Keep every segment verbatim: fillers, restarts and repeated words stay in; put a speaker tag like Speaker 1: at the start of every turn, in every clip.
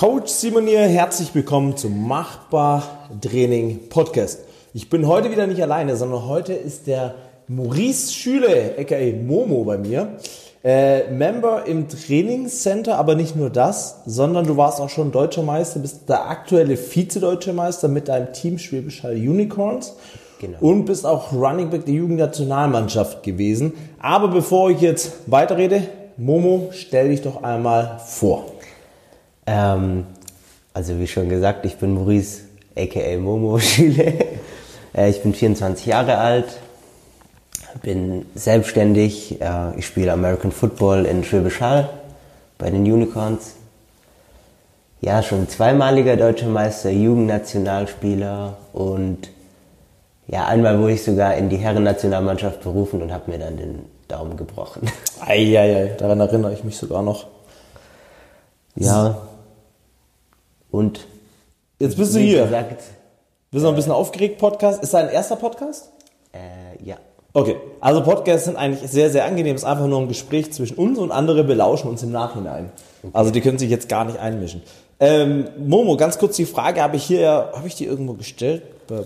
Speaker 1: Coach Simon hier, herzlich willkommen zum Machbar Training Podcast. Ich bin heute wieder nicht alleine, sondern heute ist der Maurice Schüle, aka Momo bei mir, äh, Member im Trainingscenter, aber nicht nur das, sondern du warst auch schon Deutscher Meister, bist der aktuelle Vize-Deutscher Meister mit deinem Team Schwäbisch Hall Unicorns. Genau. Und bist auch Running Back der Jugendnationalmannschaft gewesen. Aber bevor ich jetzt weiterrede, Momo, stell dich doch einmal vor.
Speaker 2: Ähm, also wie schon gesagt, ich bin Maurice, aka Momo Schüle. äh, ich bin vierundzwanzig Jahre alt, bin selbstständig. Äh, ich spiele American Football in Schwäbisch Hall bei den Unicorns. Ja, schon zweimaliger Deutscher Meister, Jugendnationalspieler und ja, einmal wurde ich sogar in die Herrennationalmannschaft berufen und habe mir dann den Daumen gebrochen.
Speaker 1: Eieiei, daran erinnere ich mich sogar noch.
Speaker 2: Ja, und
Speaker 1: jetzt bist du hier. Gesagt, bist du noch ein bisschen aufgeregt, Podcast? Ist dein erster Podcast?
Speaker 2: Äh, ja.
Speaker 1: Okay, also Podcasts sind eigentlich sehr, sehr angenehm. Es ist einfach nur ein Gespräch zwischen uns und andere belauschen uns im Nachhinein. Okay. Also die können sich jetzt gar nicht einmischen. Ähm, Momo, ganz kurz die Frage, habe ich hier, habe ich die irgendwo gestellt?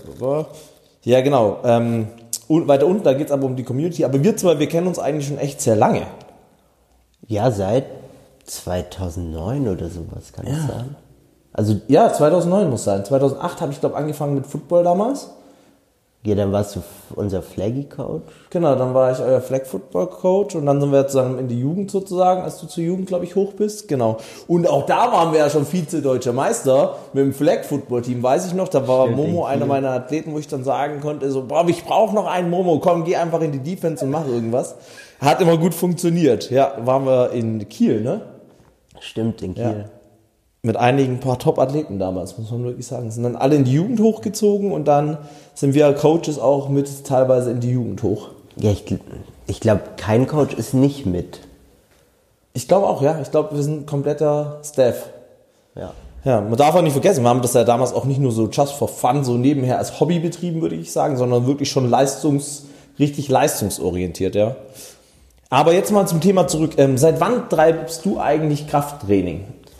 Speaker 1: Ja, genau. Ähm, und weiter unten, da geht es aber um die Community. Aber wir zwei, wir kennen uns eigentlich schon echt sehr lange.
Speaker 2: Ja, seit zweitausendneun oder sowas, kann
Speaker 1: ja.
Speaker 2: das sein?
Speaker 1: Also ja, zweitausendneun muss sein. zweitausendacht habe ich, glaube angefangen mit Football damals.
Speaker 2: Ja, dann warst du unser Flaggy-Coach.
Speaker 1: Genau, dann war ich euer Flag-Football-Coach und dann sind wir zusammen in die Jugend sozusagen, als du zur Jugend, glaube ich, hoch bist. Genau. Und auch da waren wir ja schon Vize-Deutscher Meister mit dem Flag-Football-Team, weiß ich noch. Da war Stimmt, Momo einer meiner Athleten, wo ich dann sagen konnte, so, boah, ich brauche noch einen Momo, komm, geh einfach in die Defense und mach irgendwas. Hat immer gut funktioniert. Ja, waren wir in Kiel, ne?
Speaker 2: Stimmt, in Kiel.
Speaker 1: Ja. Mit einigen paar Top-Athleten damals, muss man wirklich sagen. Sind dann alle in die Jugend hochgezogen und dann sind wir Coaches auch mit teilweise in die Jugend hoch.
Speaker 2: Ja, ich, ich glaube, kein Coach ist nicht mit.
Speaker 1: Ich glaube auch, ja. Ich glaube, wir sind kompletter Staff.
Speaker 2: Ja.
Speaker 1: Ja, man darf auch nicht vergessen, wir haben das ja damals auch nicht nur so just for fun, so nebenher als Hobby betrieben, würde ich sagen, sondern wirklich schon leistungs, richtig leistungsorientiert, ja. Aber jetzt mal zum Thema zurück. Ähm, seit wann treibst du eigentlich Krafttraining?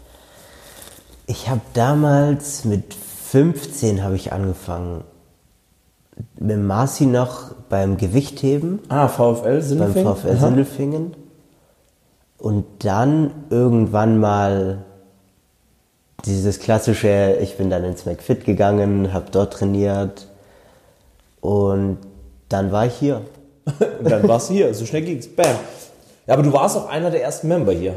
Speaker 2: Ich habe damals mit fünfzehn habe ich angefangen. Mit Marci noch beim Gewichtheben.
Speaker 1: Ah, VfL Sindelfingen?
Speaker 2: Beim VfL Aha. Sindelfingen. Und dann irgendwann mal dieses klassische, ich bin dann ins McFit gegangen, habe dort trainiert und dann war ich hier.
Speaker 1: Und dann warst du hier, so schnell ging's. Bam. Ja, aber du warst auch einer der ersten Member hier.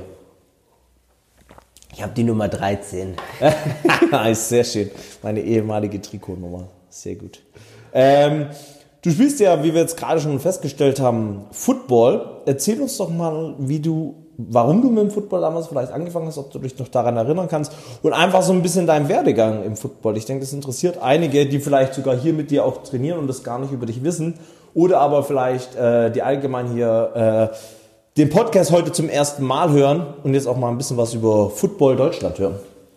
Speaker 2: Ich habe die Nummer dreizehn.
Speaker 1: Ist sehr schön. Meine ehemalige Trikotnummer. Sehr gut. Ähm, du spielst ja, wie wir jetzt gerade schon festgestellt haben, Football. Erzähl uns doch mal, wie du, warum du mit dem Football damals vielleicht angefangen hast, ob du dich noch daran erinnern kannst und einfach so ein bisschen deinen Werdegang im Football. Ich denke, das interessiert einige, die vielleicht sogar hier mit dir auch trainieren und das gar nicht über dich wissen oder aber vielleicht äh, die allgemein hier äh, den Podcast heute zum ersten Mal hören und jetzt auch mal ein bisschen was über Football Deutschland hören.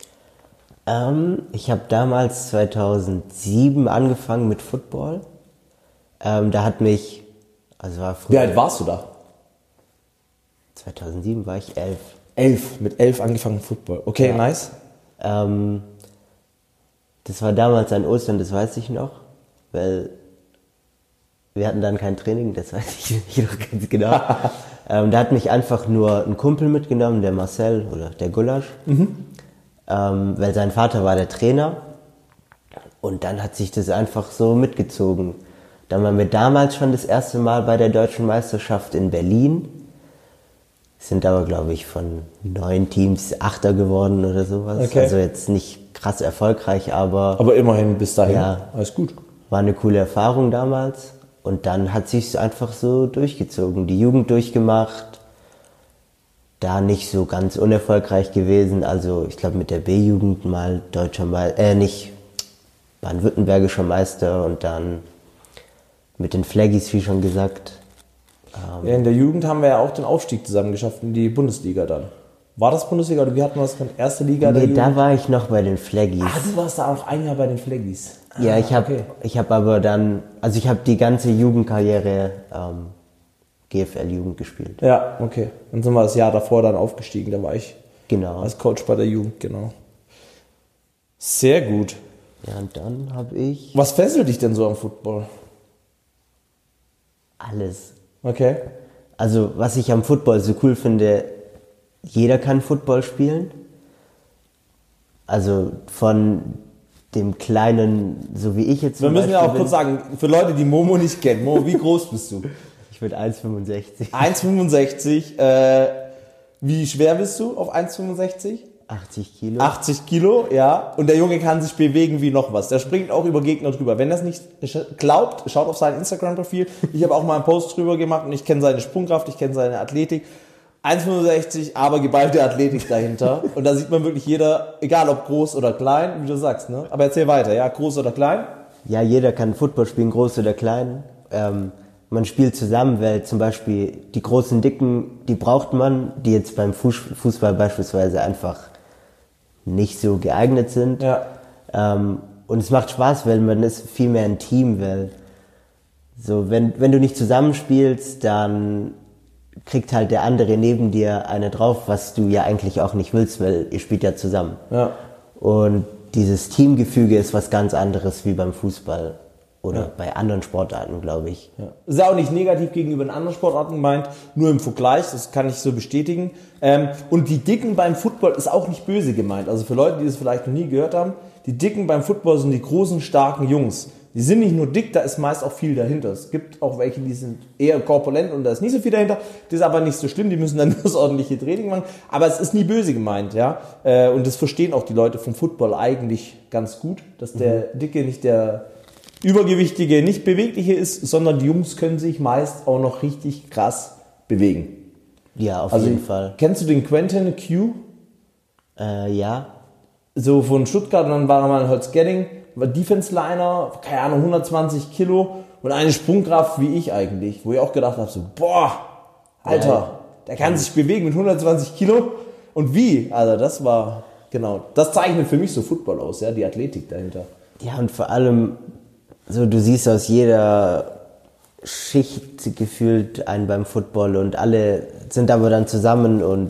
Speaker 2: Ähm, ich habe damals zweitausendsieben angefangen mit Football. Ähm, da hat mich, also war früher.
Speaker 1: Wie alt warst du da?
Speaker 2: zweitausendsieben war ich elf.
Speaker 1: Elf, mit elf angefangen mit Football. Okay, ja. Nice.
Speaker 2: Ähm, das war damals an Ostern, das weiß ich noch, weil wir hatten dann kein Training, das weiß ich noch ganz genau. ähm, da hat mich einfach nur ein Kumpel mitgenommen, der Marcel oder der Gulasch, mhm. ähm, weil sein Vater war der Trainer und dann hat sich das einfach so mitgezogen. Dann waren wir damals schon das erste Mal bei der Deutschen Meisterschaft in Berlin, sind aber glaube ich von neun Teams Achter geworden oder sowas, okay. Also jetzt nicht krass erfolgreich, aber...
Speaker 1: Aber immerhin bis dahin,
Speaker 2: ja,
Speaker 1: alles gut.
Speaker 2: War eine coole Erfahrung damals. Und dann hat sich's einfach so durchgezogen, die Jugend durchgemacht, da nicht so ganz unerfolgreich gewesen, also ich glaube mit der B-Jugend mal deutscher Meister, äh nicht, baden-württembergischer Meister und dann mit den Flaggies, wie schon gesagt.
Speaker 1: Ähm ja, in der Jugend haben wir ja auch den Aufstieg zusammen geschafft in die Bundesliga dann. War das Bundesliga oder wie hatten wir das genannt? Erste Liga?
Speaker 2: Nee, da war ich noch bei den Flaggies.
Speaker 1: Ah, du warst da auch ein Jahr bei den Flaggies. Ah,
Speaker 2: ja, ich habe
Speaker 1: okay.
Speaker 2: ich hab aber dann, also ich habe die ganze Jugendkarriere ähm, G F L-Jugend gespielt.
Speaker 1: Ja, okay. Dann sind wir das Jahr davor dann aufgestiegen, da war ich
Speaker 2: genau.
Speaker 1: als Coach bei der Jugend, genau. Sehr gut.
Speaker 2: Ja, und dann habe ich
Speaker 1: Was fesselt dich denn so am Football?
Speaker 2: alles.
Speaker 1: Okay.
Speaker 2: Also, was ich am Football so cool finde, jeder kann Football spielen. Also von dem kleinen, so wie ich jetzt zum
Speaker 1: Wir müssen ja
Speaker 2: Beispiel
Speaker 1: auch
Speaker 2: bin.
Speaker 1: kurz sagen, für Leute, die Momo nicht kennen. Momo, wie groß bist du?
Speaker 2: Ich bin eins Komma fünfundsechzig.
Speaker 1: eins Komma fünfundsechzig. Äh, wie schwer bist du auf eins Komma fünfundsechzig?
Speaker 2: achtzig Kilo.
Speaker 1: achtzig Kilo, ja. Und der Junge kann sich bewegen wie noch was. Der springt auch über Gegner drüber. Wenn das nicht glaubt, schaut auf sein Instagram-Profil. Ich habe auch mal einen Post drüber gemacht und ich kenne seine Sprungkraft, ich kenne seine Athletik. eins Komma fünfundsechzig, aber geballte Athletik dahinter. Und da sieht man wirklich jeder, egal ob groß oder klein, wie du sagst, ne? Aber erzähl weiter, ja? Groß oder klein?
Speaker 2: Ja, jeder kann Football spielen, groß oder klein. Ähm, man spielt zusammen, weil zum Beispiel die großen Dicken, die braucht man, die jetzt beim Fuß- Fußball beispielsweise einfach nicht so geeignet sind.
Speaker 1: Ja.
Speaker 2: Ähm, und es macht Spaß, weil man ist viel mehr ein Team, weil so, wenn, wenn du nicht zusammenspielst, dann kriegt halt der andere neben dir eine drauf, was du ja eigentlich auch nicht willst, weil ihr spielt ja zusammen.
Speaker 1: Ja.
Speaker 2: Und dieses Teamgefüge ist was ganz anderes wie beim Fußball oder
Speaker 1: Ja.
Speaker 2: bei anderen Sportarten, glaube ich.
Speaker 1: Ja. Ist ja auch nicht negativ gegenüber den anderen Sportarten gemeint, nur im Vergleich, das kann ich so bestätigen. Ähm, und die Dicken beim Football ist auch nicht böse gemeint. Also für Leute, die das vielleicht noch nie gehört haben, die Dicken beim Football sind die großen, starken Jungs. Die sind nicht nur dick, da ist meist auch viel dahinter. Es gibt auch welche, die sind eher korpulent und da ist nicht so viel dahinter. Das ist aber nicht so schlimm, die müssen dann nur das ordentliche Training machen. Aber es ist nie böse gemeint, ja. Äh, Und das verstehen auch die Leute vom Football eigentlich ganz gut, dass der Dicke nicht der Übergewichtige, nicht Bewegliche ist, sondern die Jungs können sich meist auch noch richtig krass bewegen.
Speaker 2: Ja, auf
Speaker 1: Also
Speaker 2: jeden Fall.
Speaker 1: Kennst du den Quentin Q?
Speaker 2: Äh, ja,
Speaker 1: So von Stuttgart, und dann war er mal in Holzgetting, war Defense-Liner, keine Ahnung, hundertzwanzig Kilo und eine Sprungkraft wie ich eigentlich, wo ich auch gedacht habe, so, boah, Alter,
Speaker 2: Ja.
Speaker 1: der kann sich bewegen mit hundertzwanzig Kilo und wie? Also das war, genau, das zeichnet für mich so Football aus, ja, die Athletik dahinter.
Speaker 2: ja, und vor allem, so du siehst aus jeder Schicht gefühlt einen beim Football und alle sind aber dann zusammen und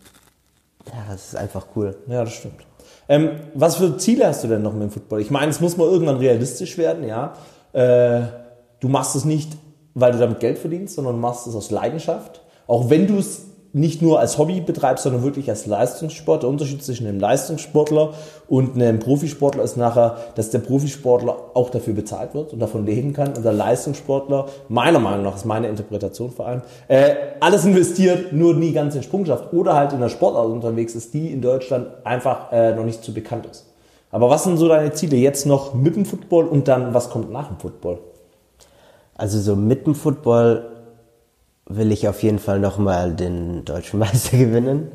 Speaker 2: ja, das ist einfach cool.
Speaker 1: Ja, das stimmt. Ähm, was für Ziele hast du denn noch mit dem Football? Ich meine, es muss mal irgendwann realistisch werden, ja. Äh, du machst es nicht, weil du damit Geld verdienst, sondern du machst es aus Leidenschaft. Auch wenn du es nicht nur als Hobby betreibst, sondern wirklich als Leistungssport. Der Unterschied zwischen einem Leistungssportler und einem Profisportler ist nachher, dass der Profisportler auch dafür bezahlt wird und davon leben kann. Und der Leistungssportler, meiner Meinung nach, ist meine Interpretation vor allem, äh, alles investiert, nur nie ganz in Sprungkraft oder halt in der Sportart unterwegs ist, die in Deutschland einfach äh, noch nicht so bekannt ist. Aber was sind so deine Ziele jetzt noch mit dem Football und dann was kommt nach dem Football?
Speaker 2: Also so mit dem Football will ich auf jeden Fall nochmal den Deutschen Meister gewinnen.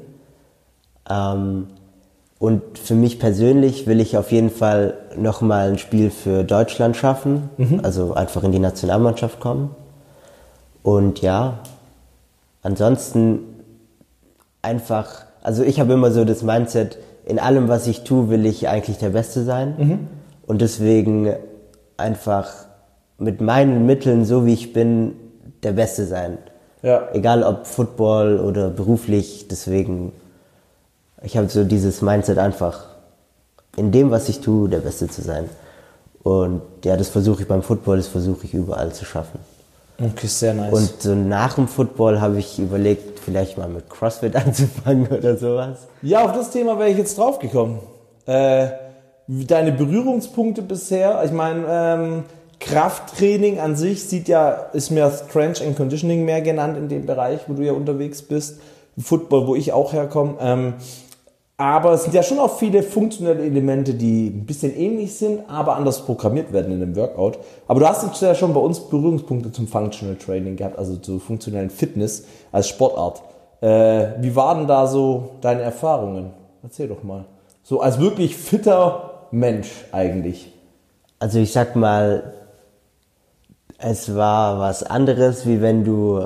Speaker 2: Ähm, und für mich persönlich will ich auf jeden Fall nochmal ein Spiel für Deutschland schaffen, mhm. also einfach in die Nationalmannschaft kommen. Und ja, ansonsten einfach, also ich habe immer so das Mindset, in allem, was ich tue, will ich eigentlich der Beste sein. Mhm. Und deswegen einfach mit meinen Mitteln, so wie ich bin, der Beste sein. Ja. Egal ob Football oder beruflich, deswegen, ich habe so dieses Mindset einfach, in dem, was ich tue, der Beste zu sein. Und ja, das versuche ich beim Football, das versuche ich überall zu schaffen.
Speaker 1: Okay, sehr nice.
Speaker 2: Und so nach dem Football habe ich überlegt, vielleicht mal mit CrossFit anzufangen oder sowas.
Speaker 1: Ja, auf das Thema wäre ich jetzt drauf gekommen. Äh, deine Berührungspunkte bisher, ich meine, ähm, Krafttraining an sich sieht ja, ist mehr Strength and Conditioning mehr genannt in dem Bereich, wo du ja unterwegs bist. Football, wo ich auch herkomme. Ähm, aber es sind ja schon auch viele funktionelle Elemente, die ein bisschen ähnlich sind, aber anders programmiert werden in dem Workout. Aber du hast jetzt ja schon bei uns Berührungspunkte zum Functional Training gehabt, also zur funktionellen Fitness als Sportart. Äh, wie waren denn da so deine Erfahrungen? Erzähl doch mal. So als wirklich fitter Mensch eigentlich.
Speaker 2: Also ich sag mal, es war was anderes, wie wenn du,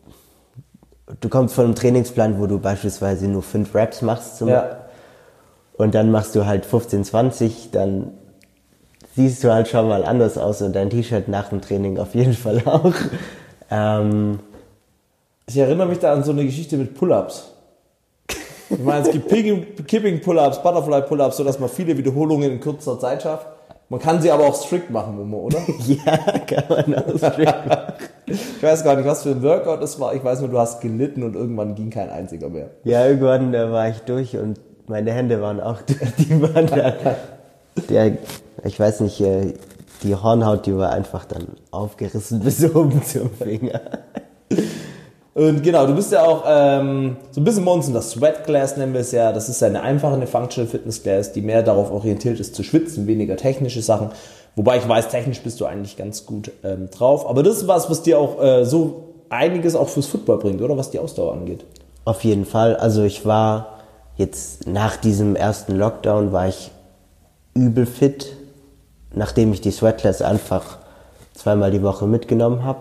Speaker 2: du kommst von einem Trainingsplan, wo du beispielsweise nur fünf Reps machst zum
Speaker 1: ja.
Speaker 2: und dann machst du halt fünfzehn, zwanzig, dann siehst du halt schon mal anders aus und dein T-Shirt nach dem Training auf jeden Fall auch. Ähm,
Speaker 1: ich erinnere mich da an so eine Geschichte mit Pull-Ups. Ich meine, es gibt Kipping Pull-Ups, Butterfly Pull-Ups, sodass man viele Wiederholungen in kurzer Zeit schafft. Man kann sie aber auch strict machen, Momo, oder?
Speaker 2: Ja, kann man auch strict machen.
Speaker 1: Ich weiß gar nicht, was für ein Workout das war. Ich weiß nur, du hast gelitten und irgendwann ging kein einziger mehr.
Speaker 2: Ja, irgendwann da war ich durch und meine Hände waren auch durch. Die waren da. Der, ich weiß nicht, die Hornhaut, die war einfach dann aufgerissen bis oben zum Finger.
Speaker 1: Und genau, du bist ja auch ähm, so ein bisschen bei uns in das Sweat Class nennen wir es ja. Das ist ja eine einfache eine Functional Fitness Class, die mehr darauf orientiert ist zu schwitzen, weniger technische Sachen. Wobei ich weiß, technisch bist du eigentlich ganz gut ähm, drauf. Aber das ist was, was dir auch äh, so einiges auch fürs Football bringt, oder? Was die Ausdauer angeht.
Speaker 2: Auf jeden Fall. Also ich war jetzt nach diesem ersten Lockdown war ich übel fit, nachdem ich die Sweat Class einfach zweimal die Woche mitgenommen habe.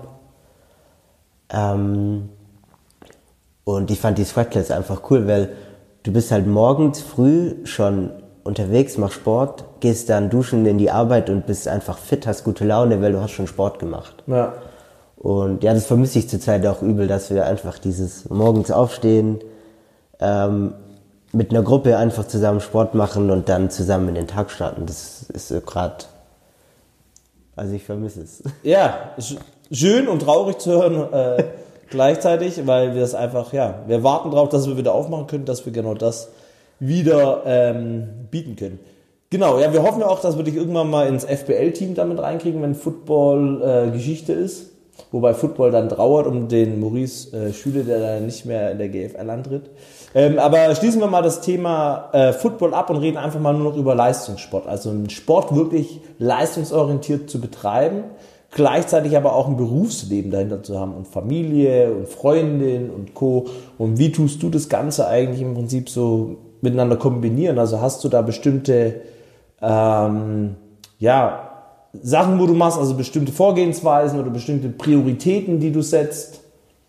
Speaker 2: Ähm, und ich fand die Sweat Class einfach cool, weil du bist halt morgens früh schon unterwegs, machst Sport, gehst dann duschen in die Arbeit und bist einfach fit, hast gute Laune, weil du hast schon Sport gemacht.
Speaker 1: Ja.
Speaker 2: Und ja, das vermisse ich zurzeit auch übel, dass wir einfach dieses morgens aufstehen, ähm, mit einer Gruppe einfach zusammen Sport machen und dann zusammen in den Tag starten. Das ist so gerade, also ich vermisse es.
Speaker 1: Ja, schön und traurig zu hören äh, gleichzeitig, weil wir das einfach, ja, wir warten darauf, dass wir wieder aufmachen können, dass wir genau das wieder ähm, bieten können. Genau, ja, wir hoffen ja auch, dass wir dich irgendwann mal ins F B L-Team damit reinkriegen, wenn Football äh, Geschichte ist. Wobei Football dann trauert um den Maurice äh, Schüle, der dann nicht mehr in der G F L antritt. Ähm, aber schließen wir mal das Thema äh, Football ab und reden einfach mal nur noch über Leistungssport. Also einen Sport wirklich leistungsorientiert zu betreiben, gleichzeitig aber auch ein Berufsleben dahinter zu haben und Familie und Freundin und Co. Und wie tust du das Ganze eigentlich im Prinzip so miteinander kombinieren? Also hast du da bestimmte ähm, ja, Sachen, wo du machst, also bestimmte Vorgehensweisen oder bestimmte Prioritäten, die du setzt?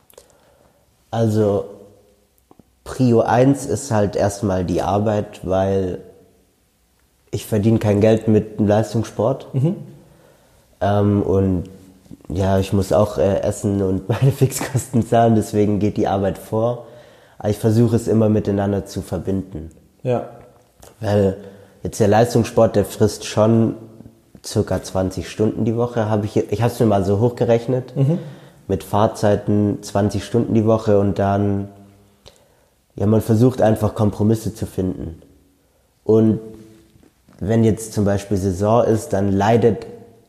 Speaker 2: Also Prio eins ist halt erstmal die Arbeit, weil ich verdiene kein Geld mit dem Leistungssport. Mhm. Ähm, und ja, ich muss auch äh, essen und meine Fixkosten zahlen, deswegen geht die Arbeit vor. Aber ich versuche es immer miteinander zu verbinden.
Speaker 1: Ja.
Speaker 2: Weil jetzt der Leistungssport, der frisst schon circa zwanzig Stunden die Woche. Hab ich ich habe es mir mal so hochgerechnet. Mhm. Mit Fahrzeiten zwanzig Stunden die Woche und dann, ja, man versucht einfach Kompromisse zu finden. Und wenn jetzt zum Beispiel Saison ist, dann leidet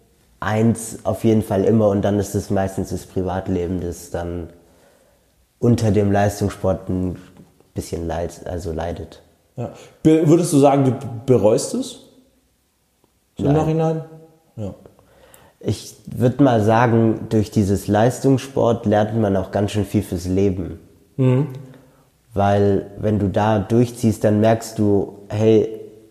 Speaker 2: eins auf jeden Fall immer und dann ist es meistens das Privatleben, das dann unter dem Leistungssport ein bisschen leid, also leidet.
Speaker 1: Ja. Be- würdest du sagen, du bereust es? So im Nachhinein? Ja.
Speaker 2: Ich würde mal sagen, durch dieses Leistungssport lernt man auch ganz schön viel fürs Leben. Mhm. Weil wenn du da durchziehst, dann merkst du, hey,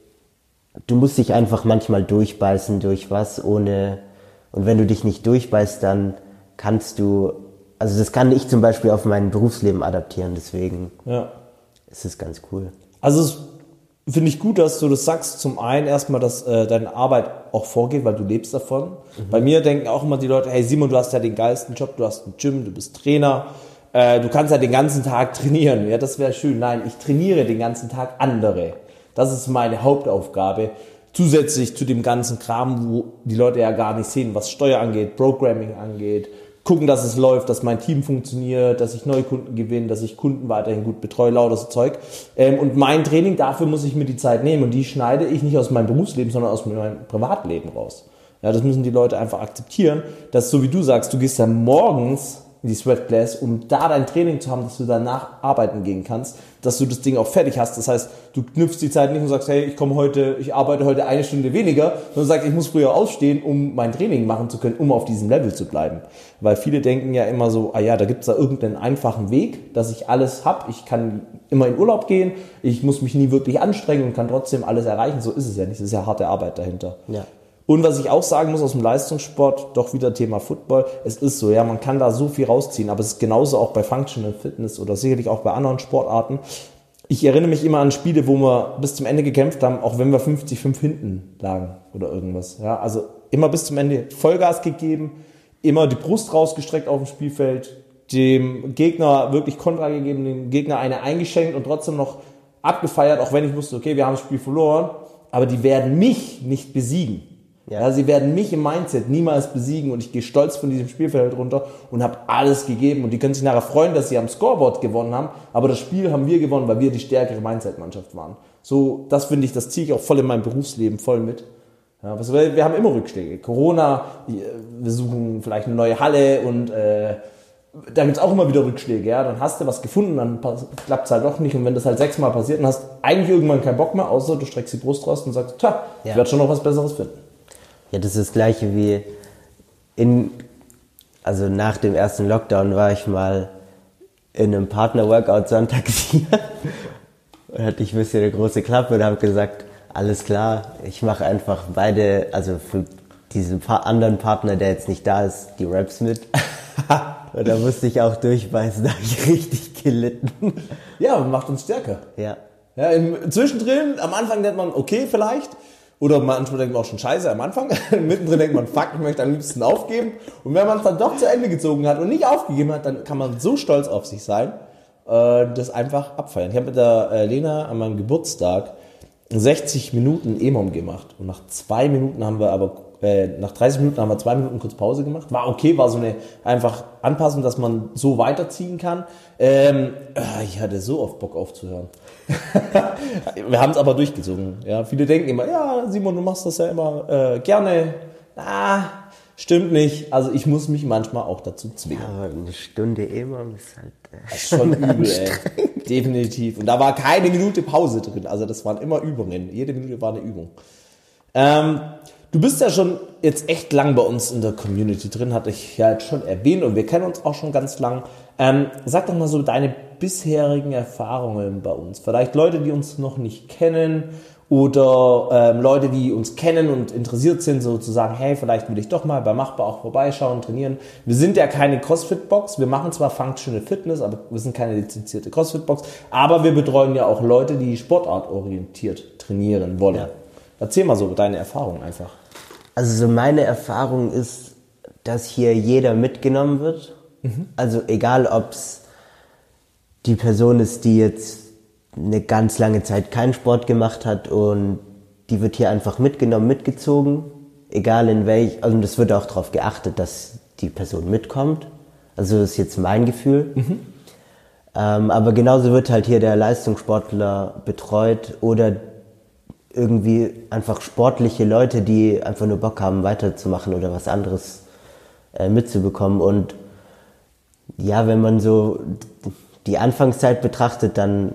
Speaker 2: du musst dich einfach manchmal durchbeißen durch was, ohne, und wenn du dich nicht durchbeißt, dann kannst du, also das kann ich zum Beispiel auf mein Berufsleben adaptieren, deswegen
Speaker 1: ja.
Speaker 2: ist es ganz cool.
Speaker 1: Also es finde ich gut, dass du das sagst. Zum einen erstmal, dass äh, deine Arbeit auch vorgeht, weil du lebst davon. Mhm. Bei mir denken auch immer die Leute, hey Simon, du hast ja den geilsten Job, du hast ein Gym, du bist Trainer, äh, du kannst ja den ganzen Tag trainieren. Ja, das wäre schön. Nein, ich trainiere den ganzen Tag andere. Das ist meine Hauptaufgabe. Zusätzlich zu dem ganzen Kram, wo die Leute ja gar nicht sehen, was Steuer angeht, Programming angeht, gucken, dass es läuft, dass mein Team funktioniert, dass ich neue Kunden gewinne, dass ich Kunden weiterhin gut betreue, lauter so Zeug. Ähm, und mein Training, dafür muss ich mir die Zeit nehmen und die schneide ich nicht aus meinem Berufsleben, sondern aus meinem Privatleben raus. Ja, das müssen die Leute einfach akzeptieren, dass so wie du sagst, du gehst ja morgens in die Sweat Class, um da dein Training zu haben, dass du danach arbeiten gehen kannst, dass du das Ding auch fertig hast. Das heißt, du knüpfst die Zeit nicht und sagst, hey, ich komme heute, ich arbeite heute eine Stunde weniger, sondern sagst, ich muss früher aufstehen, um mein Training machen zu können, um auf diesem Level zu bleiben. Weil viele denken ja immer so, ah ja, da gibt's da irgendeinen einfachen Weg, dass ich alles hab, ich kann immer in Urlaub gehen, ich muss mich nie wirklich anstrengen und kann trotzdem alles erreichen. So ist es ja nicht, es ist ja harte Arbeit dahinter.
Speaker 2: Ja.
Speaker 1: Und was ich auch sagen muss aus dem Leistungssport, doch wieder Thema Football, es ist so, ja, man kann da so viel rausziehen, aber es ist genauso auch bei Functional Fitness oder sicherlich auch bei anderen Sportarten. Ich erinnere mich immer an Spiele, wo wir bis zum Ende gekämpft haben, auch wenn wir fünfzig fünf hinten lagen oder irgendwas. Ja, also immer bis zum Ende Vollgas gegeben, immer die Brust rausgestreckt auf dem Spielfeld, dem Gegner wirklich Kontra gegeben, dem Gegner eine eingeschenkt und trotzdem noch abgefeiert, auch wenn ich wusste, okay, wir haben das Spiel verloren, aber die werden mich nicht besiegen. Ja. Ja, sie werden mich im Mindset niemals besiegen und ich gehe stolz von diesem Spielfeld runter und habe alles gegeben und die können sich nachher freuen, dass sie am Scoreboard gewonnen haben, aber das Spiel haben wir gewonnen, weil wir die stärkere Mindset-Mannschaft waren. So, das finde ich, das ziehe ich auch voll in meinem Berufsleben voll mit. Ja, was, wir haben immer Rückschläge. Corona, wir suchen vielleicht eine neue Halle und äh, da gibt's auch immer wieder Rückschläge. Ja, dann hast du was gefunden, dann klappt's halt doch nicht und wenn das halt sechsmal passiert, dann hast du eigentlich irgendwann keinen Bock mehr, außer du streckst die Brust raus und sagst, tja, ja. Ich werde schon noch was Besseres finden.
Speaker 2: Ja, das ist das Gleiche wie in, also nach dem ersten Lockdown war ich mal in einem Partner-Workout sonntags hier und hatte ich ein bisschen eine große Klappe und habe gesagt, alles klar, ich mache einfach beide, also für diesen pa- anderen Partner, der jetzt nicht da ist, die Raps mit. Und da musste ich auch durchbeißen, da habe ich richtig gelitten.
Speaker 1: Ja, macht uns stärker.
Speaker 2: Ja.
Speaker 1: Ja, im Zwischendrin, am Anfang denkt man, okay, vielleicht. Oder manchmal denkt man auch schon scheiße am Anfang. Mittendrin denkt man, fuck, ich möchte am liebsten aufgeben. Und wenn man es dann doch zu Ende gezogen hat und nicht aufgegeben hat, dann kann man so stolz auf sich sein, äh, das einfach abfeiern. Ich habe mit der äh, Lena an meinem Geburtstag sechzig Minuten E M O M gemacht. Und nach zwei Minuten haben wir aber, äh, nach dreißig Minuten haben wir zwei Minuten kurz Pause gemacht. War okay, war so eine einfach Anpassung, dass man so weiterziehen kann. Ähm, ich hatte so oft Bock aufzuhören. Wir haben es aber durchgezogen. Ja, viele denken immer, ja, Simon, du machst das ja immer äh, gerne. Ah, stimmt nicht. Also ich muss mich manchmal auch dazu zwingen.
Speaker 2: Ja, aber eine Stunde E M O M ist halt äh,
Speaker 1: das ist schon übel, ey. Definitiv. Und da war keine Minute Pause drin. Also das waren immer Übungen. Jede Minute war eine Übung. Ähm, du bist ja schon jetzt echt lang bei uns in der Community drin, hatte ich ja jetzt schon erwähnt und wir kennen uns auch schon ganz lang. Ähm, sag doch mal so deine bisherigen Erfahrungen bei uns. Vielleicht Leute, die uns noch nicht kennen oder ähm, Leute, die uns kennen und interessiert sind, so zu sagen, hey, vielleicht will ich doch mal bei Machbar auch vorbeischauen, trainieren. Wir sind ja keine CrossFit-Box, wir machen zwar Functional Fitness, aber wir sind keine lizenzierte CrossFit-Box, aber wir betreuen ja auch Leute, die sportartorientiert trainieren wollen. Ja. Erzähl mal so deine Erfahrung einfach.
Speaker 2: Also so meine Erfahrung ist, dass hier jeder mitgenommen wird. Mhm. Also egal, ob es die Person ist, die jetzt eine ganz lange Zeit keinen Sport gemacht hat und die wird hier einfach mitgenommen, mitgezogen. Egal in welch, also es wird auch darauf geachtet, dass die Person mitkommt. Also das ist jetzt mein Gefühl. Mhm. Ähm, aber genauso wird halt hier der Leistungssportler betreut oder irgendwie einfach sportliche Leute, die einfach nur Bock haben, weiterzumachen oder was anderes äh, mitzubekommen. Und ja, wenn man so die Anfangszeit betrachtet, dann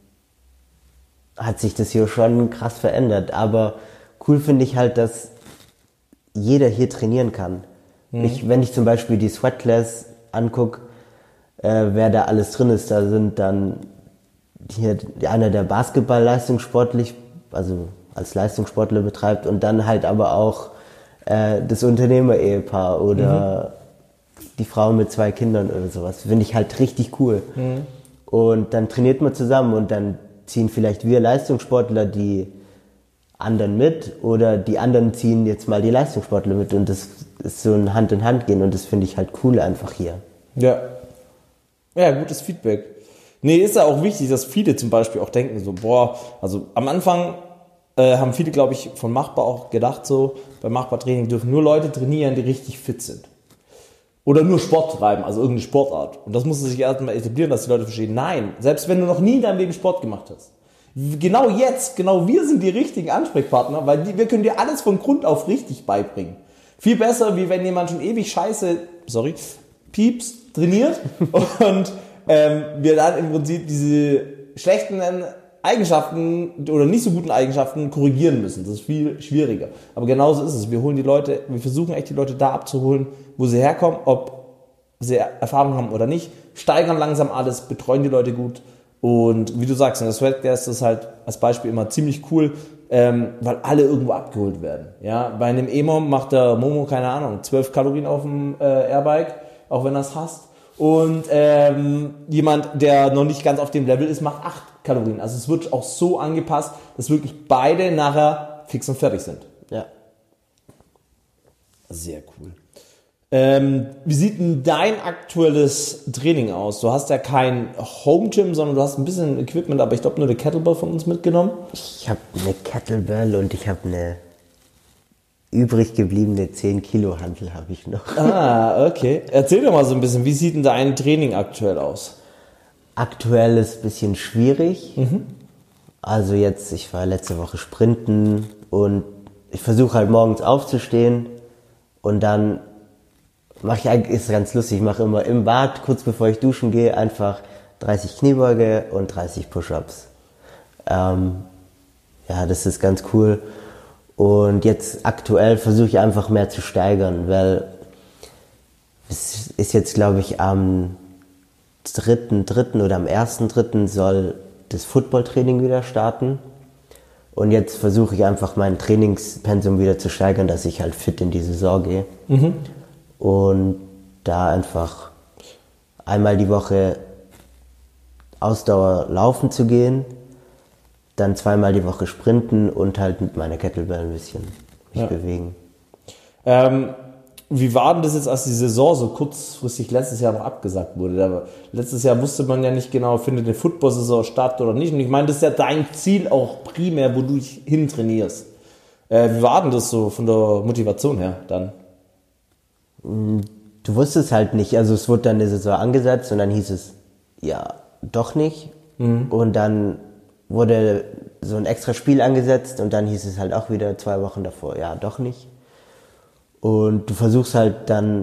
Speaker 2: hat sich das hier schon krass verändert. Aber cool finde ich halt, dass jeder hier trainieren kann. Mhm. Ich, wenn ich zum Beispiel die Sweat-Class angucke, äh, wer da alles drin ist, da sind dann hier einer, der Basketball leistungssportlich, also als Leistungssportler betreibt und dann halt aber auch äh, das Unternehmer-Ehepaar oder mhm. die Frau mit zwei Kindern oder sowas. Finde ich halt richtig cool. Mhm. Und dann trainiert man zusammen und dann ziehen vielleicht wir Leistungssportler die anderen mit oder die anderen ziehen jetzt mal die Leistungssportler mit und das ist so ein Hand in Hand gehen und das finde ich halt cool einfach hier.
Speaker 1: Ja. Ja, gutes Feedback. Nee, ist ja auch wichtig, dass viele zum Beispiel auch denken so, boah, also am Anfang äh, haben viele, glaube ich, von Machbar auch gedacht so, beim Machbar-Training dürfen nur Leute trainieren, die richtig fit sind. Oder nur Sport treiben, also irgendeine Sportart. Und das muss sich erstmal etablieren, dass die Leute verstehen, nein, selbst wenn du noch nie in deinem Leben Sport gemacht hast, genau jetzt, genau wir sind die richtigen Ansprechpartner, weil die, wir können dir alles von Grund auf richtig beibringen. Viel besser, wie wenn jemand schon ewig scheiße, sorry, Pieps trainiert und ähm, wir dann im Prinzip diese schlechten Eigenschaften oder nicht so guten Eigenschaften korrigieren müssen. Das ist viel schwieriger. Aber genauso ist es. Wir holen die Leute, wir versuchen echt die Leute da abzuholen, wo sie herkommen, ob sie Erfahrung haben oder nicht, steigern langsam alles, betreuen die Leute gut. Und wie du sagst, in der Sweatcast ist halt als Beispiel immer ziemlich cool, ähm, weil alle irgendwo abgeholt werden. Ja, bei einem E M O M macht der Momo, keine Ahnung, zwölf Kalorien auf dem äh, Airbike, auch wenn er es hasst. Und ähm, jemand, der noch nicht ganz auf dem Level ist, macht acht Kalorien. Also es wird auch so angepasst, dass wirklich beide nachher fix und fertig sind.
Speaker 2: Ja.
Speaker 1: Sehr cool. Ähm, wie sieht denn dein aktuelles Training aus? Du hast ja kein Home Gym, sondern du hast ein bisschen Equipment, aber ich glaube nur eine Kettlebell von uns mitgenommen.
Speaker 2: Ich habe eine Kettlebell und ich habe eine übrig gebliebene zehn Kilo Hantel habe ich noch.
Speaker 1: Ah, okay. Erzähl doch mal so ein bisschen, wie sieht denn dein Training aktuell aus?
Speaker 2: Aktuell ist ein bisschen schwierig.
Speaker 1: Mhm.
Speaker 2: Also jetzt, ich war letzte Woche sprinten und ich versuche halt morgens aufzustehen und dann mache ich eigentlich, ist ganz lustig, ich mache immer im Bad, kurz bevor ich duschen gehe, einfach dreißig Kniebeuge und dreißig Push-Ups. Ähm, ja, das ist ganz cool. Und jetzt aktuell versuche ich einfach mehr zu steigern, weil es ist jetzt, glaube ich, am dritten dritten oder am ersten dritten soll das Footballtraining wieder starten. Und jetzt versuche ich einfach mein Trainingspensum wieder zu steigern, dass ich halt fit in die Saison gehe. Mhm. Und da einfach einmal die Woche Ausdauer laufen zu gehen, dann zweimal die Woche sprinten und halt mit meiner Kettlebell ein bisschen mich
Speaker 1: ja.
Speaker 2: bewegen.
Speaker 1: Ähm, wie war denn das jetzt, als die Saison so kurzfristig letztes Jahr noch abgesagt wurde? Aber letztes Jahr wusste man ja nicht genau, findet eine Football-Saison statt oder nicht. Und ich meine, das ist ja dein Ziel auch primär, wo du dich hin trainierst. Äh, wie war denn das so von der Motivation her dann?
Speaker 2: Du wusstest halt nicht, also es wurde dann eine Saison angesetzt und dann hieß es, ja, doch nicht. Mhm. Und dann wurde so ein extra Spiel angesetzt und dann hieß es halt auch wieder zwei Wochen davor, ja, doch nicht. Und du versuchst halt dann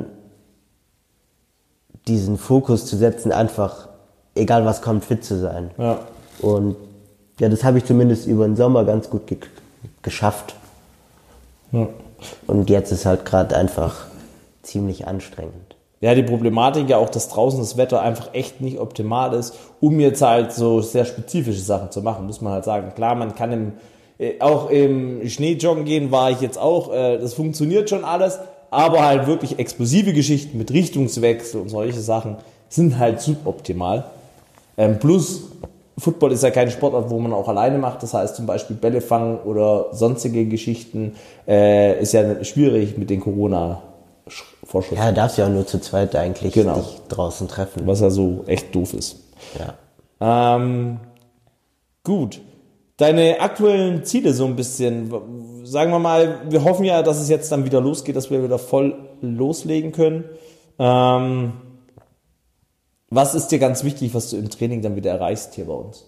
Speaker 2: diesen Fokus zu setzen, einfach, egal was kommt, fit zu sein.
Speaker 1: Ja.
Speaker 2: Und ja, das habe ich zumindest über den Sommer ganz gut ge- geschafft.
Speaker 1: Ja.
Speaker 2: Und jetzt ist halt gerade einfach ziemlich anstrengend.
Speaker 1: Ja, die Problematik ja auch, dass draußen das Wetter einfach echt nicht optimal ist, um jetzt halt so sehr spezifische Sachen zu machen, muss man halt sagen. Klar, man kann im, äh, auch im Schneejoggen gehen, war ich jetzt auch, äh, das funktioniert schon alles, aber halt wirklich explosive Geschichten mit Richtungswechsel und solche Sachen sind halt suboptimal. Ähm, plus, Football ist ja kein Sportart, wo man auch alleine macht, das heißt zum Beispiel Bälle fangen oder sonstige Geschichten äh, ist ja schwierig mit den Corona Vorschriften.
Speaker 2: Ja, darfst ja auch nur zu zweit eigentlich
Speaker 1: genau.
Speaker 2: dich draußen treffen.
Speaker 1: Was ja so echt doof ist.
Speaker 2: Ja.
Speaker 1: Ähm, gut. Deine aktuellen Ziele so ein bisschen, sagen wir mal, wir hoffen ja, dass es jetzt dann wieder losgeht, dass wir wieder voll loslegen können. Ähm, was ist dir ganz wichtig, was du im Training dann wieder erreichst hier bei uns?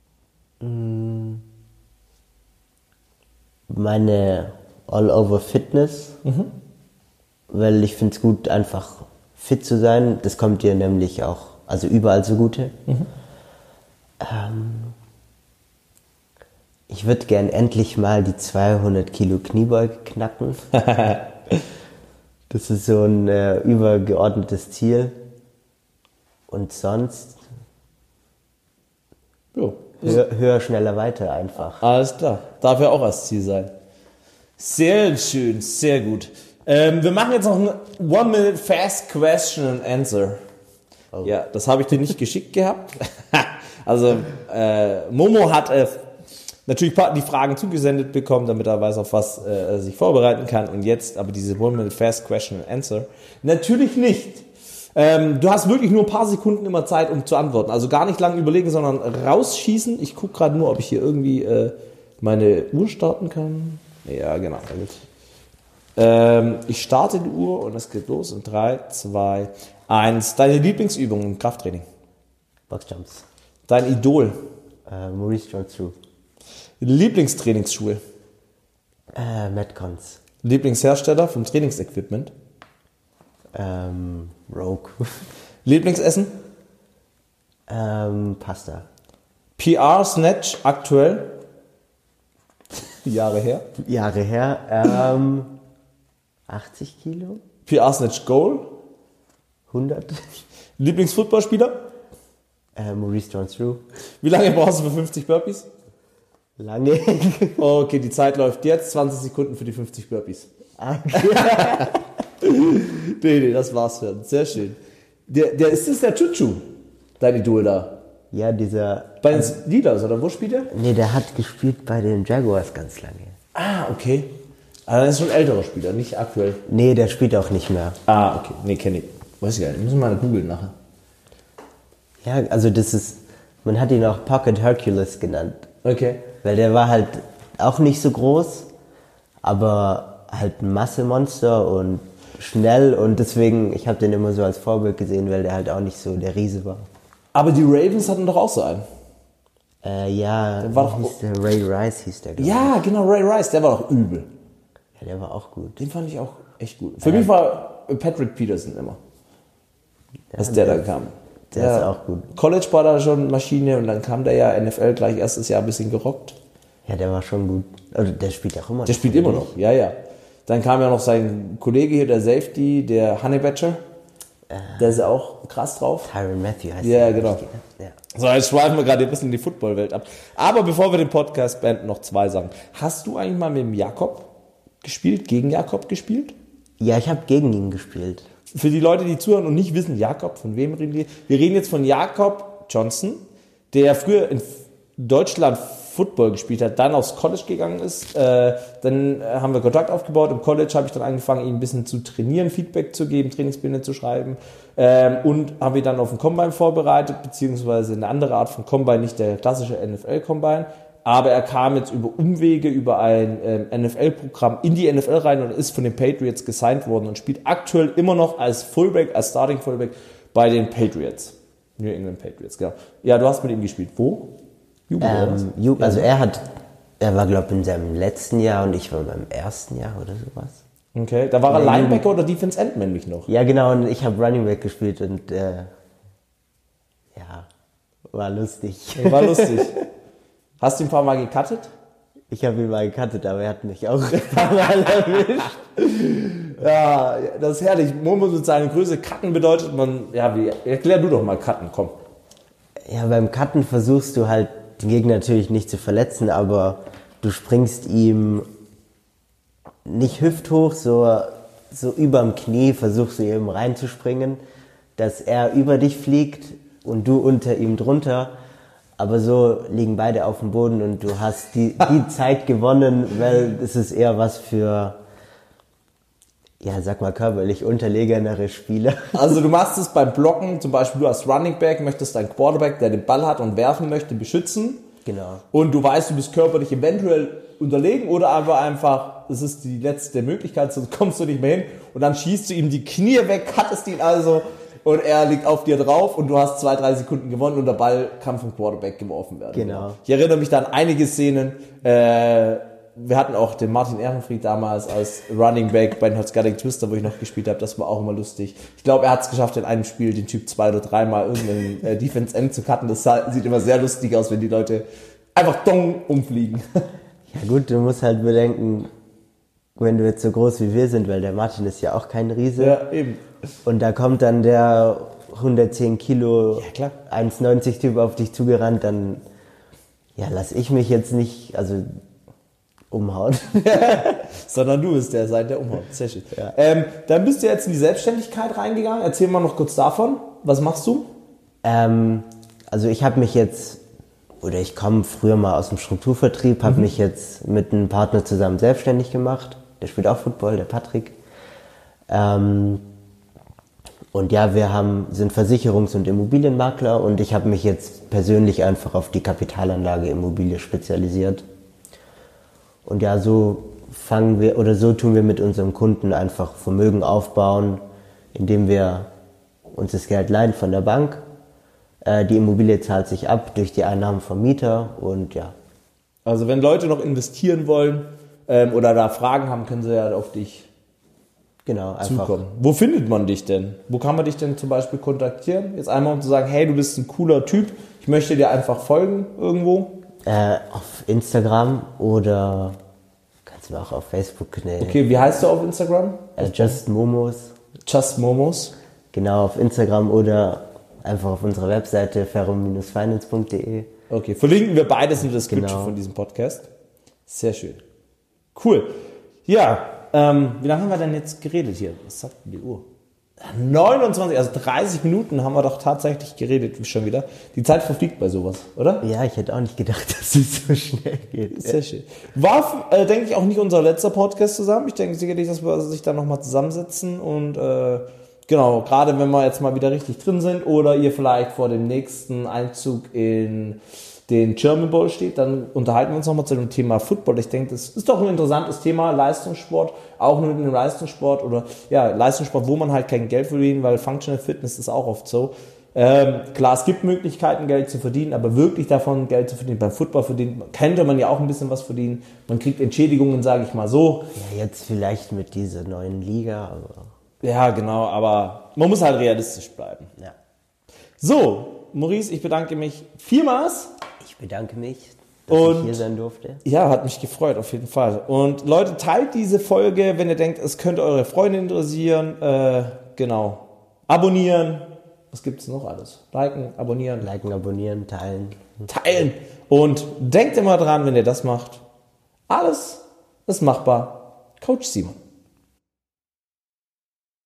Speaker 2: Meine All-Over-Fitness. Mhm. Weil ich finde es gut, einfach fit zu sein. Das kommt dir nämlich auch, also überall zugute. Mhm. Ähm, ich würde gern endlich mal die zweihundert Kilo Kniebeuge knacken. Das ist so ein äh, übergeordnetes Ziel. Und sonst
Speaker 1: jo.
Speaker 2: höher, höher, schneller, weiter einfach.
Speaker 1: Alles klar, darf ja auch als Ziel sein. Sehr schön, sehr gut. Ähm, wir machen jetzt noch ein One-Minute Fast Question and Answer. Oh. Ja, das habe ich dir nicht geschickt gehabt. Also äh, Momo hat äh, natürlich die Fragen zugesendet bekommen, damit er weiß, auf was äh, er sich vorbereiten kann. Und jetzt aber diese One-Minute Fast Question and Answer. Natürlich nicht. Ähm, du hast wirklich nur ein paar Sekunden immer Zeit, um zu antworten. Also gar nicht lange überlegen, sondern rausschießen. Ich gucke gerade nur, ob ich hier irgendwie äh, meine Uhr starten kann. Ja, genau. Ähm, ich starte die Uhr und es geht los in drei, zwei, eins. Deine Lieblingsübung im Krafttraining?
Speaker 2: Boxjumps.
Speaker 1: Dein Idol?
Speaker 2: Äh, Maurice Jones-Drew.
Speaker 1: Lieblingstrainingsschuhe?
Speaker 2: Äh, Metcons.
Speaker 1: Lieblingshersteller vom Trainingsequipment?
Speaker 2: Ähm, Rogue.
Speaker 1: Lieblingsessen?
Speaker 2: Ähm, Pasta.
Speaker 1: P R-Snatch aktuell? Jahre her?
Speaker 2: Jahre her. Ähm, achtzig Kilo?
Speaker 1: P R-Snatch Goal?
Speaker 2: hundert.
Speaker 1: Lieblingsfootballspieler?
Speaker 2: Äh, Maurice Jones-Drew.
Speaker 1: Wie lange brauchst du für fünfzig Burpees?
Speaker 2: Lange.
Speaker 1: Okay, die Zeit läuft jetzt. zwanzig Sekunden für die fünfzig Burpees.
Speaker 2: Okay.
Speaker 1: nee, nee, das war's dann. Sehr schön. Der, der, ist das der Chuchu? Dein Idol da?
Speaker 2: Ja, dieser...
Speaker 1: Bei den Steelers, oder wo spielt er?
Speaker 2: Nee, der hat gespielt bei den Jaguars ganz lange.
Speaker 1: Ah, okay. Aber das ist schon ein älterer Spieler, nicht aktuell.
Speaker 2: Nee, der spielt auch nicht mehr.
Speaker 1: Ah, okay. Nee, kenne ich. Weiß ich gar nicht. Müssen wir mal googeln nachher.
Speaker 2: Ja, also das ist, man hat ihn auch Pocket Hercules genannt.
Speaker 1: Okay.
Speaker 2: Weil der war halt auch nicht so groß, aber halt ein Massemonster und schnell und deswegen, ich habe den immer so als Vorbild gesehen, weil der halt auch nicht so der Riese war.
Speaker 1: Aber die Ravens hatten doch auch so einen.
Speaker 2: Äh, ja,
Speaker 1: Der war doch-
Speaker 2: hieß der Ray Rice hieß der, glaub ich.
Speaker 1: Ja, genau, Ray Rice, der war doch übel.
Speaker 2: Ja, der war auch gut.
Speaker 1: Den fand ich auch echt gut. Für mich war Patrick Peterson immer, als der dann kam.
Speaker 2: Der ist auch gut.
Speaker 1: College war da schon Maschine und dann kam der ja N F L gleich erstes Jahr ein bisschen gerockt.
Speaker 2: Ja, der war schon gut. Also der spielt auch immer
Speaker 1: Der
Speaker 2: noch.
Speaker 1: spielt immer noch, ja, ja. Dann kam ja noch sein Kollege hier, der Safety, der Honeybatcher. Der ist ja auch krass drauf.
Speaker 2: Tyrann Matthew heißt
Speaker 1: Ja,
Speaker 2: der.
Speaker 1: genau.
Speaker 2: Ja.
Speaker 1: So, jetzt schweifen wir gerade ein bisschen in die Footballwelt ab. Aber bevor wir den Podcast beenden, noch zwei Sachen. Hast du eigentlich mal mit dem Jakob gespielt, gegen Jakob gespielt?
Speaker 2: Ja, ich habe gegen ihn gespielt.
Speaker 1: Für die Leute, die zuhören und nicht wissen, Jakob, von wem reden wir? Wir reden jetzt von Jakob Johnson, der früher in Deutschland Football gespielt hat, dann aufs College gegangen ist. Äh, dann haben wir Kontakt aufgebaut. Im College habe ich dann angefangen, ihn ein bisschen zu trainieren, Feedback zu geben, Trainingspläne zu schreiben. Ähm, und habe ihn dann auf den Combine vorbereitet, beziehungsweise eine andere Art von Combine, nicht der klassische N F L-Combine. Aber er kam jetzt über Umwege, über ein ähm, N F L-Programm in die N F L rein und ist von den Patriots gesigned worden und spielt aktuell immer noch als Fullback, als Starting Fullback bei den Patriots. New England Patriots, genau. Ja, du hast mit ihm gespielt. Wo? Jugend oder was?
Speaker 2: Ähm, Ju- also er hat, er war glaube ich in seinem letzten Jahr und ich war in meinem ersten Jahr oder sowas.
Speaker 1: Okay, da war er Linebacker oder Defense End männlich noch?
Speaker 2: Ja genau, und ich habe Running Back gespielt und äh, ja, war lustig.
Speaker 1: War lustig. Hast du ihn ein paar Mal gecuttet?
Speaker 2: Ich habe ihn mal gecuttet, aber er hat mich auch ein paar Mal erwischt.
Speaker 1: Ja, das ist herrlich. Momo mit seiner Größe. Cutten bedeutet man, ja, wie, erklär du doch mal Cutten, komm.
Speaker 2: Ja, beim Cutten versuchst du halt den Gegner natürlich nicht zu verletzen, aber du springst ihm nicht hüfthoch, so, so überm Knie versuchst du ihm reinzuspringen, dass er über dich fliegt und du unter ihm drunter. Aber so liegen beide auf dem Boden und du hast die, die Zeit gewonnen, weil es ist eher was für, ja, sag mal körperlich unterlegenere Spieler.
Speaker 1: Also du machst es beim Blocken, zum Beispiel du als Running Back möchtest deinen Quarterback, der den Ball hat und werfen möchte, beschützen.
Speaker 2: Genau.
Speaker 1: Und du weißt, du bist körperlich eventuell unterlegen oder aber einfach, es ist die letzte Möglichkeit, sonst kommst du nicht mehr hin. Und dann schießt du ihm die Knie weg, cuttest ihn also und er liegt auf dir drauf und du hast zwei, drei Sekunden gewonnen und der Ball kann vom Quarterback geworfen werden.
Speaker 2: Genau.
Speaker 1: Ich erinnere mich da an einige Szenen. Äh, wir hatten auch den Martin Ehrenfried damals als Running Back bei den Hotscutting Twister, wo ich noch gespielt habe. Das war auch immer lustig. Ich glaube, er hat es geschafft, in einem Spiel den Typ zwei oder dreimal irgendeinen äh, Defense End zu cutten. Das sah, sieht immer sehr lustig aus, wenn die Leute einfach dong umfliegen.
Speaker 2: Ja gut, du musst halt bedenken, wenn du jetzt so groß wie wir sind, weil der Martin ist ja auch kein Riese.
Speaker 1: Ja, eben.
Speaker 2: Und da kommt dann der hundertzehn Kilo,
Speaker 1: Ja, klar.
Speaker 2: eins neunzig Typ auf dich zugerannt, dann ja, lass ich mich jetzt nicht, also umhauen.
Speaker 1: Sondern du bist der Seite der umhaut. Sehr schön.
Speaker 2: Ja.
Speaker 1: Ähm, dann bist du jetzt in die Selbstständigkeit reingegangen. Erzähl mal noch kurz davon. Was machst du?
Speaker 2: ähm, also ich habe mich jetzt, oder ich komme früher mal aus dem Strukturvertrieb, habe mich jetzt mit einem Partner zusammen selbstständig gemacht. Der spielt auch Football, der Patrick. Ähm, und ja, wir haben, sind Versicherungs- und Immobilienmakler und ich habe mich jetzt persönlich einfach auf die Kapitalanlage Immobilie spezialisiert. Und ja, so fangen wir, oder so tun wir mit unserem Kunden einfach Vermögen aufbauen, indem wir uns das Geld leihen von der Bank. Äh, die Immobilie zahlt sich ab durch die Einnahmen vom Mieter und ja.
Speaker 1: Also wenn Leute noch investieren wollen ähm, oder da Fragen haben, können sie ja auf dich
Speaker 2: Genau, einfach.
Speaker 1: zukommen. Wo findet man dich denn? Wo kann man dich denn zum Beispiel kontaktieren? Jetzt einmal um zu sagen, hey, du bist ein cooler Typ, ich möchte dir einfach folgen irgendwo.
Speaker 2: Äh, auf Instagram oder kannst du mir auch auf Facebook, ne,
Speaker 1: Okay, wie heißt du auf Instagram?
Speaker 2: äh, Just Momos.
Speaker 1: Just Momos.
Speaker 2: Genau, auf Instagram oder einfach auf unserer Webseite ferrum finance punkt de.
Speaker 1: Okay, verlinken wir beides in der Description
Speaker 2: Genau.
Speaker 1: von diesem Podcast. Sehr schön. Cool. Ja, ähm, wie lange haben wir denn jetzt geredet hier? Was sagt denn die Uhr? neunundzwanzig, also dreißig Minuten haben wir doch tatsächlich geredet schon wieder. Die Zeit verfliegt bei sowas, oder?
Speaker 2: Ja, ich hätte auch nicht gedacht, dass es so schnell geht.
Speaker 1: Sehr schön. War, äh, denke ich, auch nicht unser letzter Podcast zusammen. Ich denke sicherlich, dass wir sich da nochmal zusammensetzen und äh, genau, gerade wenn wir jetzt mal wieder richtig drin sind oder ihr vielleicht vor dem nächsten Einzug in den German Bowl steht, dann unterhalten wir uns nochmal zu dem Thema Football. Ich denke, das ist doch ein interessantes Thema, Leistungssport, auch nur mit dem Leistungssport oder ja, Leistungssport, wo man halt kein Geld verdient, weil Functional Fitness ist auch oft so. Ähm, klar, es gibt Möglichkeiten, Geld zu verdienen, aber wirklich davon Geld zu verdienen, beim Football verdient, könnte man ja auch ein bisschen was verdienen. Man kriegt Entschädigungen, sage ich mal so.
Speaker 2: Ja, jetzt vielleicht mit dieser neuen Liga, aber...
Speaker 1: Ja, genau, aber man muss halt realistisch bleiben.
Speaker 2: Ja.
Speaker 1: So, Maurice, ich bedanke mich vielmals.
Speaker 2: Ich bedanke mich, dass
Speaker 1: Und
Speaker 2: ich hier sein durfte.
Speaker 1: Ja, hat mich gefreut, auf jeden Fall. Und Leute, teilt diese Folge, wenn ihr denkt, es könnte eure Freunde interessieren. Äh, genau. Abonnieren. Was gibt's noch alles? Liken, abonnieren.
Speaker 2: Liken, abonnieren, teilen.
Speaker 1: Teilen. Und denkt immer dran, wenn ihr das macht. Alles ist machbar. Coach Simon.